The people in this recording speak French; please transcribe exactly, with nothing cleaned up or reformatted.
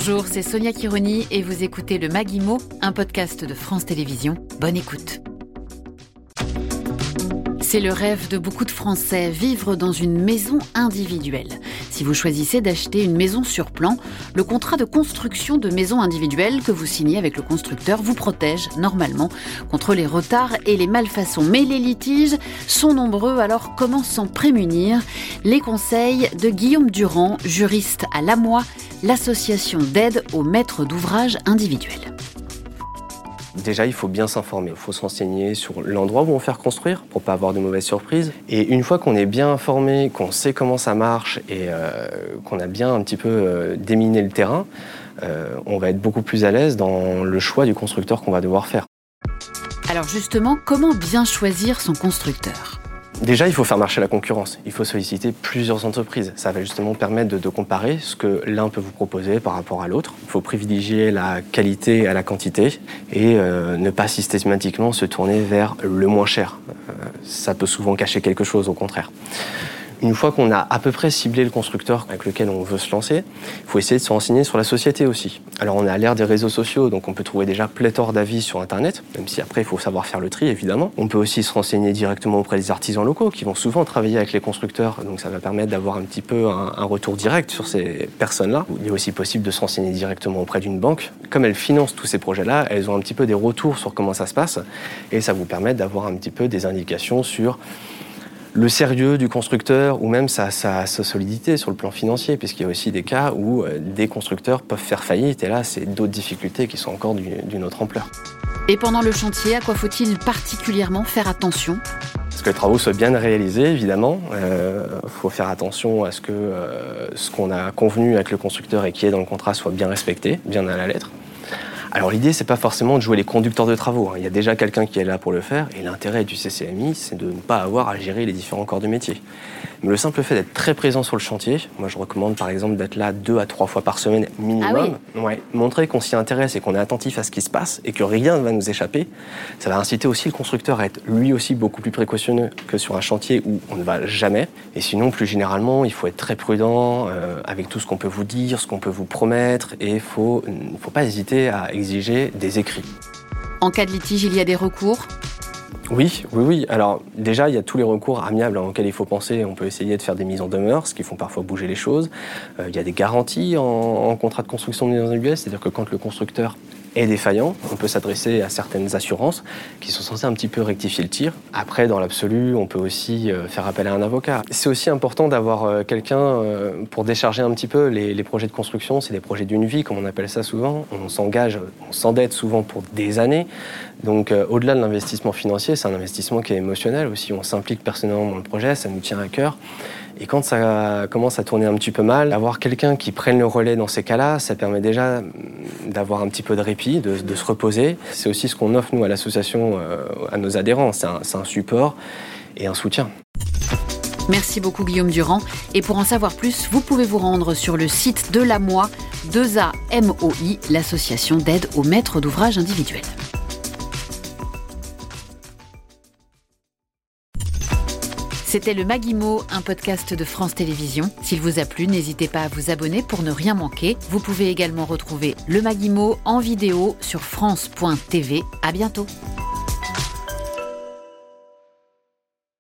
Bonjour, c'est Sonia Kironi et vous écoutez Le Maguimo, un podcast de France Télévisions. Bonne écoute. C'est le rêve de beaucoup de Français, vivre dans une maison individuelle. Si vous choisissez d'acheter une maison sur plan, le contrat de construction de maison individuelle que vous signez avec le constructeur vous protège normalement contre les retards et les malfaçons. Mais les litiges sont nombreux, alors comment s'en prémunir ? Les conseils de Guillaume Durand, juriste à l'A M O I, l'association d'aide aux maîtres d'ouvrage individuels. Déjà, il faut bien s'informer. Il faut se renseigner sur l'endroit où on va faire construire pour ne pas avoir de mauvaises surprises. Et une fois qu'on est bien informé, qu'on sait comment ça marche et euh, qu'on a bien un petit peu euh, déminé le terrain, euh, on va être beaucoup plus à l'aise dans le choix du constructeur qu'on va devoir faire. Alors justement, comment bien choisir son constructeur ? Déjà, il faut faire marcher la concurrence. Il faut solliciter plusieurs entreprises. Ça va justement permettre de, de comparer ce que l'un peut vous proposer par rapport à l'autre. Il faut privilégier la qualité à la quantité et euh, ne pas systématiquement se tourner vers le moins cher. Euh, ça peut souvent cacher quelque chose, au contraire. Une fois qu'on a à peu près ciblé le constructeur avec lequel on veut se lancer, il faut essayer de se renseigner sur la société aussi. Alors on est à l'ère des réseaux sociaux, donc on peut trouver déjà pléthore d'avis sur Internet, même si après il faut savoir faire le tri évidemment. On peut aussi se renseigner directement auprès des artisans locaux qui vont souvent travailler avec les constructeurs, donc ça va permettre d'avoir un petit peu un, un retour direct sur ces personnes-là. Il est aussi possible de se renseigner directement auprès d'une banque. Comme elles financent tous ces projets-là, elles ont un petit peu des retours sur comment ça se passe et ça vous permet d'avoir un petit peu des indications sur le sérieux du constructeur ou même sa, sa, sa solidité sur le plan financier, puisqu'il y a aussi des cas où euh, des constructeurs peuvent faire faillite, et là, c'est d'autres difficultés qui sont encore du, d'une autre ampleur. Et pendant le chantier, à quoi faut-il particulièrement faire attention ? Parce que les travaux soient bien réalisés, évidemment. Il euh, faut faire attention à ce que euh, ce qu'on a convenu avec le constructeur et qui est dans le contrat soit bien respecté, bien à la lettre. Alors l'idée, c'est pas forcément de jouer les conducteurs de travaux. Il y a déjà quelqu'un qui est là pour le faire, et l'intérêt du C C M I, c'est de ne pas avoir à gérer les différents corps de métier. Mais le simple fait d'être très présent sur le chantier, moi je recommande par exemple d'être là deux à trois fois par semaine minimum. Ah oui. Ouais, montrer qu'on s'y intéresse et qu'on est attentif à ce qui se passe et que rien ne va nous échapper, ça va inciter aussi le constructeur à être lui aussi beaucoup plus précautionneux que sur un chantier où on ne va jamais. Et sinon, plus généralement, il faut être très prudent euh, avec tout ce qu'on peut vous dire, ce qu'on peut vous promettre, et il faut, ne faut pas hésiter à exiger des écrits. En cas de litige, il y a des recours ? Oui, oui, oui. Alors déjà, il y a tous les recours amiables auxquels il faut penser. On peut essayer de faire des mises en demeure, ce qui font parfois bouger les choses. Euh, il y a des garanties en, en contrat de construction de maison individuelle, c'est-à-dire que quand le constructeur est défaillant, on peut s'adresser à certaines assurances qui sont censées un petit peu rectifier le tir. Après, dans l'absolu, on peut aussi euh, faire appel à un avocat. C'est aussi important d'avoir euh, quelqu'un euh, pour décharger un petit peu les, les projets de construction. C'est des projets d'une vie, comme on appelle ça souvent. On s'engage, on s'endette souvent pour des années. Donc, euh, au-delà de l'investissement financier, c'est un investissement qui est émotionnel aussi. On s'implique personnellement dans le projet, ça nous tient à cœur. Et quand ça commence à tourner un petit peu mal, avoir quelqu'un qui prenne le relais dans ces cas-là, ça permet déjà d'avoir un petit peu de répit, de, de se reposer. C'est aussi ce qu'on offre, nous, à l'association, euh, à nos adhérents. C'est un, c'est un support et un soutien. Merci beaucoup Guillaume Durand. Et pour en savoir plus, vous pouvez vous rendre sur le site de l'A M O I, deux A M O I, l'association d'aide aux maîtres d'ouvrage individuels. C'était Le Maguimo, un podcast de France Télévisions. S'il vous a plu, n'hésitez pas à vous abonner pour ne rien manquer. Vous pouvez également retrouver Le Maguimo en vidéo sur France point T V. À bientôt.